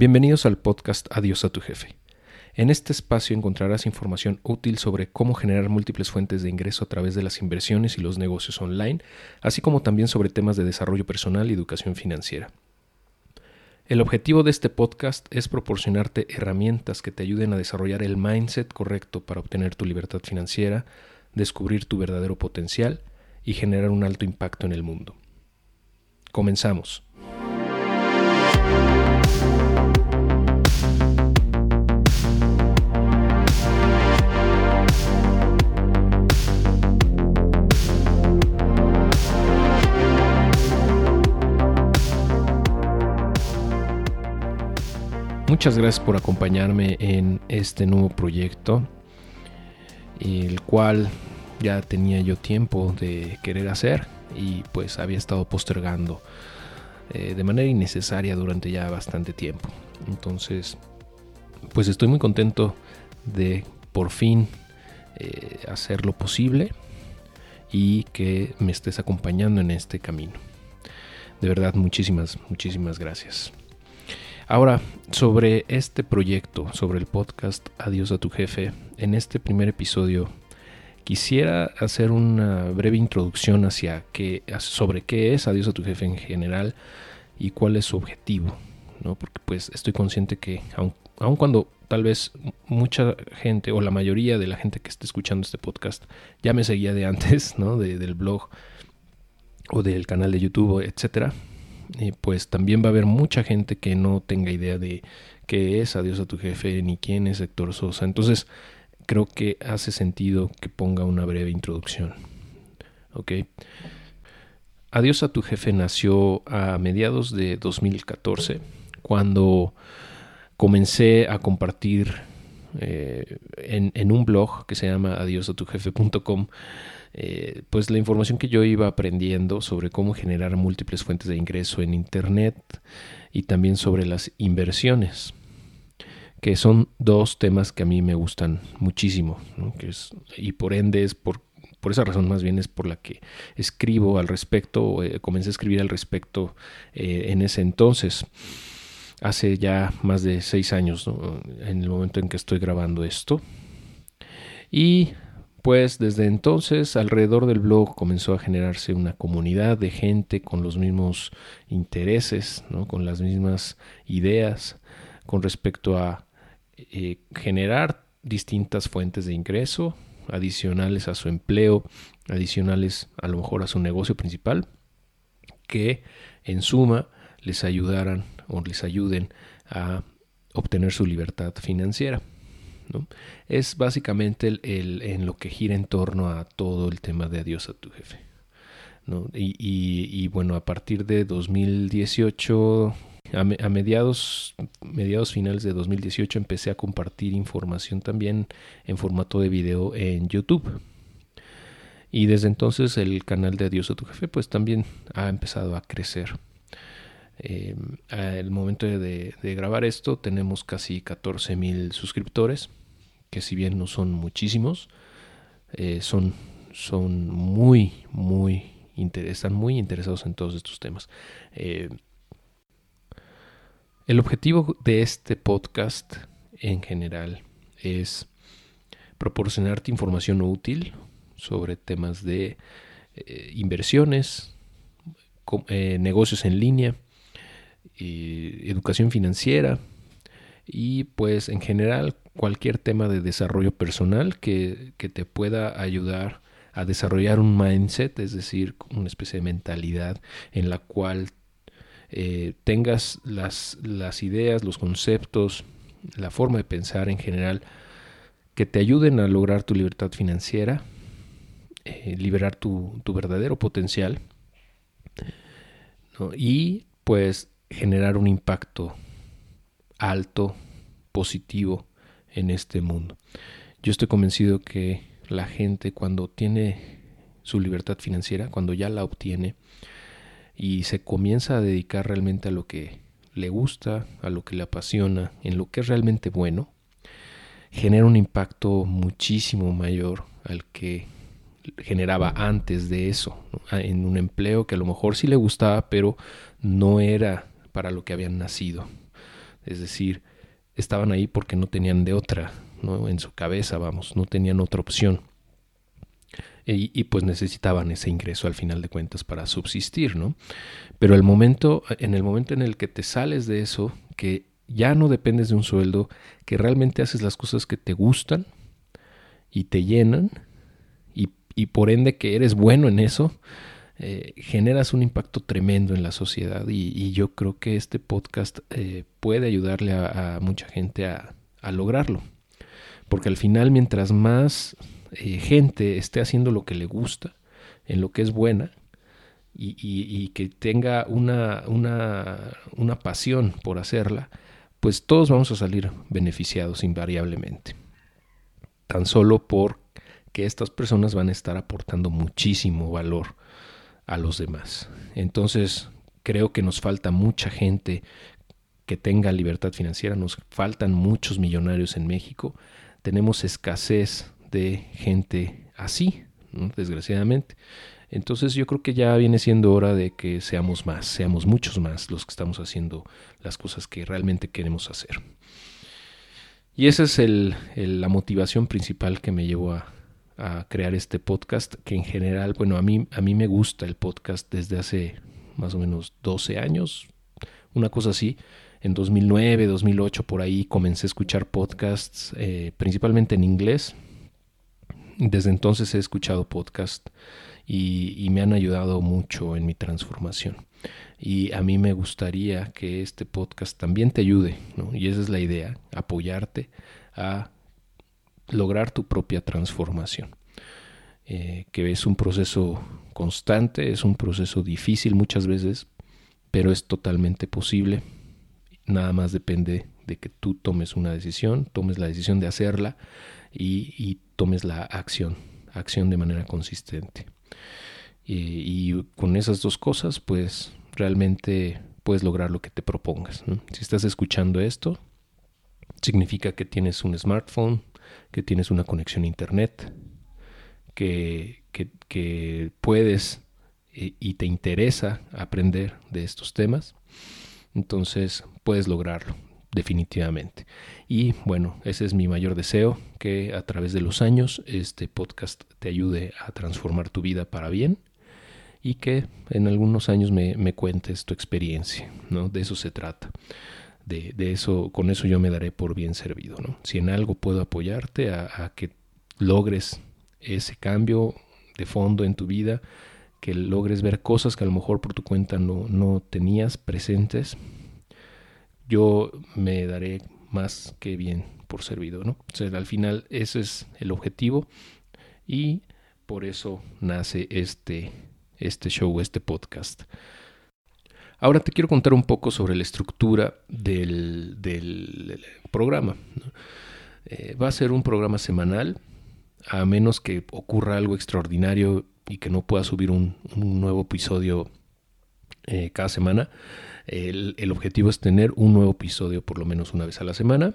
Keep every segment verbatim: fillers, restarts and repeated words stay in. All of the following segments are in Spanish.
Bienvenidos al podcast Adiós a tu jefe. En este espacio encontrarás información útil sobre cómo generar múltiples fuentes de ingreso a través de las inversiones y los negocios online, así como también sobre temas de desarrollo personal y educación financiera. El objetivo de este podcast es proporcionarte herramientas que te ayuden a desarrollar el mindset correcto para obtener tu libertad financiera, descubrir tu verdadero potencial y generar un alto impacto en el mundo. Comenzamos. Muchas gracias por acompañarme en este nuevo proyecto, el cual ya tenía yo tiempo de querer hacer y pues había estado postergando eh, de manera innecesaria durante ya bastante tiempo. Entonces, pues estoy muy contento de por fin eh, hacer lo posible y que me estés acompañando en este camino. De verdad, muchísimas, muchísimas gracias. Ahora, sobre este proyecto, sobre el podcast Adiós a tu jefe, en este primer episodio quisiera hacer una breve introducción hacia qué, sobre qué es Adiós a tu jefe en general y cuál es su objetivo, ¿no? Porque pues estoy consciente que aun, aun cuando tal vez mucha gente o la mayoría de la gente que esté escuchando este podcast ya me seguía de antes, ¿no? De, del blog o del canal de YouTube, etcétera. Eh, pues también va a haber mucha gente que no tenga idea de qué es Adiós a tu jefe ni quién es Héctor Sosa. Entonces creo que hace sentido que ponga una breve introducción. ¿Ok? Adiós a tu jefe nació a mediados de dos mil catorce, cuando comencé a compartir eh, en, en un blog que se llama adiós a tu jefe punto com Eh, pues la información que yo iba aprendiendo sobre cómo generar múltiples fuentes de ingreso en internet y también sobre las inversiones, que son dos temas que a mí me gustan muchísimo, ¿no? Que es, y por ende es por, por esa razón más bien es por la que escribo al respecto, eh, comencé a escribir al respecto eh, en ese entonces, hace ya más de seis años, ¿no? En el momento en que estoy grabando esto. Y pues desde entonces alrededor del blog comenzó a generarse una comunidad de gente con los mismos intereses, ¿no? Con las mismas ideas con respecto a eh, generar distintas fuentes de ingreso adicionales a su empleo, adicionales a lo mejor a su negocio principal, que en suma les ayudaran o les ayuden a obtener su libertad financiera, ¿no? Es básicamente el, el, en lo que gira en torno a todo el tema de Adiós a tu jefe, ¿no? Y, y, y bueno, a partir de dos mil dieciocho, a, me, a mediados, mediados finales de dos mil dieciocho, empecé a compartir información también en formato de video en YouTube. Y desde entonces el canal de Adiós a tu jefe pues también ha empezado a crecer. Eh, al momento de, de grabar esto tenemos casi catorce mil suscriptores, que si bien no son muchísimos, eh, son, son muy, muy inter- están muy interesados en todos estos temas. Eh, el objetivo de este podcast en general es proporcionarte información útil sobre temas de eh, inversiones, com- eh, negocios en línea, Eh, educación financiera y pues en general cualquier tema de desarrollo personal que, que te pueda ayudar a desarrollar un mindset, es decir, una especie de mentalidad en la cual eh, tengas las, las ideas, los conceptos, la forma de pensar en general que te ayuden a lograr tu libertad financiera, eh, liberar tu, tu verdadero potencial, ¿no? Y pues generar un impacto alto, positivo en este mundo. Yo estoy convencido que la gente cuando tiene su libertad financiera, cuando ya la obtiene y se comienza a dedicar realmente a lo que le gusta, a lo que le apasiona, en lo que es realmente bueno, genera un impacto muchísimo mayor al que generaba antes de eso, ¿no? En un empleo que a lo mejor sí le gustaba, pero no era para lo que habían nacido, Es decir, estaban ahí porque no tenían de otra, ¿no? En su cabeza, vamos, no tenían otra opción. Y, y pues necesitaban ese ingreso al final de cuentas para subsistir, ¿no? Pero el momento, en el momento en el que te sales de eso, que ya no dependes de un sueldo, que realmente haces las cosas que te gustan y te llenan, y, y por ende que eres bueno en eso, eh, generas un impacto tremendo en la sociedad. Y, y yo creo que este podcast eh, puede ayudarle a, a mucha gente a, a lograrlo. Porque al final, mientras más eh, gente esté haciendo lo que le gusta, en lo que es buena, y, y, y que tenga una, una, una pasión por hacerla, pues todos vamos a salir beneficiados invariablemente. Tan solo porque estas personas van a estar aportando muchísimo valor a los demás. Entonces, creo que nos falta mucha gente que tenga libertad financiera, nos faltan muchos millonarios en México, tenemos escasez de gente así, ¿no? Desgraciadamente. Entonces yo creo que ya viene siendo hora de que seamos más, seamos muchos más los que estamos haciendo las cosas que realmente queremos hacer. Y esa es el, el, la motivación principal que me llevó a, a crear este podcast, que en general, bueno, a mí, a mí me gusta el podcast desde hace más o menos doce años, una cosa así. En dos mil nueve, dos mil ocho, por ahí comencé a escuchar podcasts, eh, principalmente en inglés. Desde entonces he escuchado podcasts y, y me han ayudado mucho en mi transformación. Y a mí me gustaría que este podcast también te ayude, ¿no? Y esa es la idea, apoyarte a lograr tu propia transformación. Eh, que es un proceso constante, es un proceso difícil muchas veces, pero es totalmente posible. Nada más depende de que tú tomes una decisión, tomes la decisión de hacerla y, y tomes la acción, acción de manera consistente. Y, y con esas dos cosas, pues realmente puedes lograr lo que te propongas, ¿no? Si estás escuchando esto, significa que tienes un smartphone, que tienes una conexión a internet, que, que, que puedes eh, y te interesa aprender de estos temas. Entonces puedes lograrlo, definitivamente. Y bueno, ese es mi mayor deseo, que a través de los años este podcast te ayude a transformar tu vida para bien y que en algunos años me, me cuentes tu experiencia, ¿no? De eso se trata. De, de eso, con eso yo me daré por bien servido, ¿no? Si en algo puedo apoyarte a, a que logres ese cambio de fondo en tu vida, que logres ver cosas que a lo mejor por tu cuenta no, no tenías presentes, yo me daré más que bien por servido, ¿no? O sea, al final ese es el objetivo y por eso nace este, este show, este podcast. Ahora te quiero contar un poco sobre la estructura del, del programa, ¿no? Eh, va a ser un programa semanal, a menos que ocurra algo extraordinario y que no pueda subir un, un nuevo episodio eh, cada semana. El, el objetivo es tener un nuevo episodio por lo menos una vez a la semana,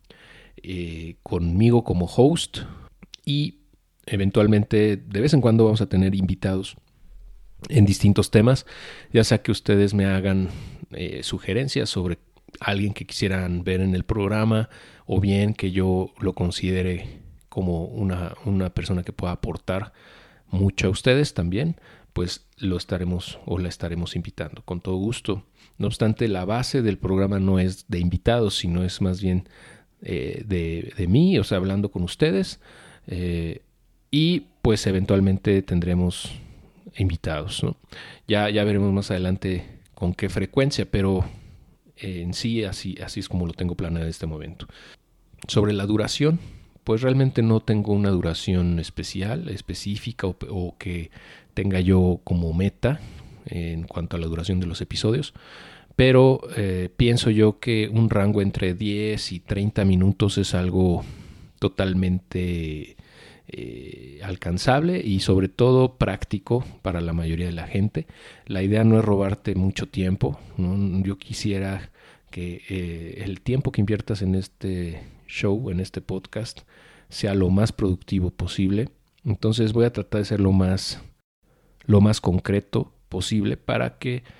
eh, conmigo como host, y eventualmente de vez en cuando vamos a tener invitados en distintos temas, ya sea que ustedes me hagan eh, sugerencias sobre alguien que quisieran ver en el programa, o bien que yo lo considere como una, una persona que pueda aportar mucho a ustedes también, pues lo estaremos o la estaremos invitando con todo gusto. No obstante, la base del programa no es de invitados, sino es más bien eh, de, de mí, o sea, hablando con ustedes, eh, y pues eventualmente tendremos invitados, ¿no? Ya, ya veremos más adelante con qué frecuencia, pero eh, en sí así, así es como lo tengo planeado en este momento. Sobre la duración, pues realmente no tengo una duración especial, específica o, o que tenga yo como meta en cuanto a la duración de los episodios, pero eh, pienso yo que un rango entre diez y treinta minutos es algo totalmente eh, alcanzable y sobre todo práctico para la mayoría de la gente. La idea no es robarte mucho tiempo, ¿no? Yo quisiera que eh, el tiempo que inviertas en este show, en este podcast, sea lo más productivo posible. Entonces voy a tratar de ser lo más, lo más concreto posible para que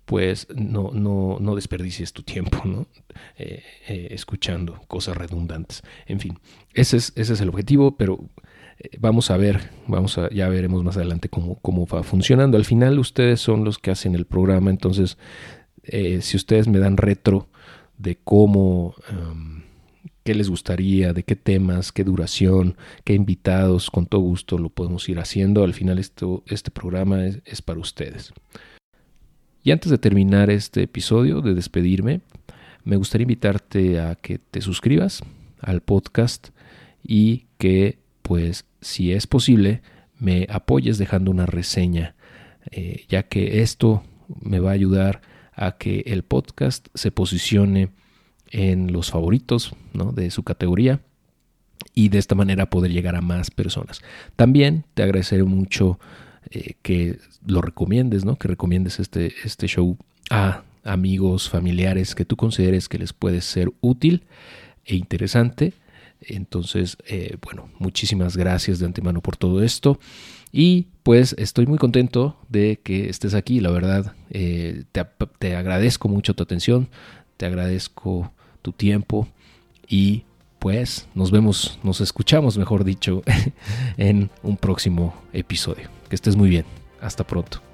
pues no, no, no desperdicies tu tiempo, ¿no? Eh, eh, escuchando cosas redundantes. En fin, ese es, ese es el objetivo, pero eh, vamos a ver, vamos a, ya veremos más adelante cómo, cómo va funcionando. Al final ustedes son los que hacen el programa, entonces eh, si ustedes me dan retro de cómo, um, qué les gustaría, de qué temas, qué duración, qué invitados, con todo gusto lo podemos ir haciendo. Al final esto, este programa es, es para ustedes. Y antes de terminar este episodio, de despedirme, me gustaría invitarte a que te suscribas al podcast y que, pues, si es posible, me apoyes dejando una reseña, eh, ya que esto me va a ayudar a que el podcast se posicione en los favoritos, ¿no?, de su categoría y de esta manera poder llegar a más personas. También te agradeceré mucho Eh, que lo recomiendes, ¿no? Que recomiendes este, este show a amigos, familiares que tú consideres que les puede ser útil e interesante. Entonces, eh, bueno, muchísimas gracias de antemano por todo esto. Y pues estoy muy contento de que estés aquí. La verdad, eh, te, te agradezco mucho tu atención, te agradezco tu tiempo y pues nos vemos, nos escuchamos, mejor dicho, en un próximo episodio. Que estés muy bien. Hasta pronto.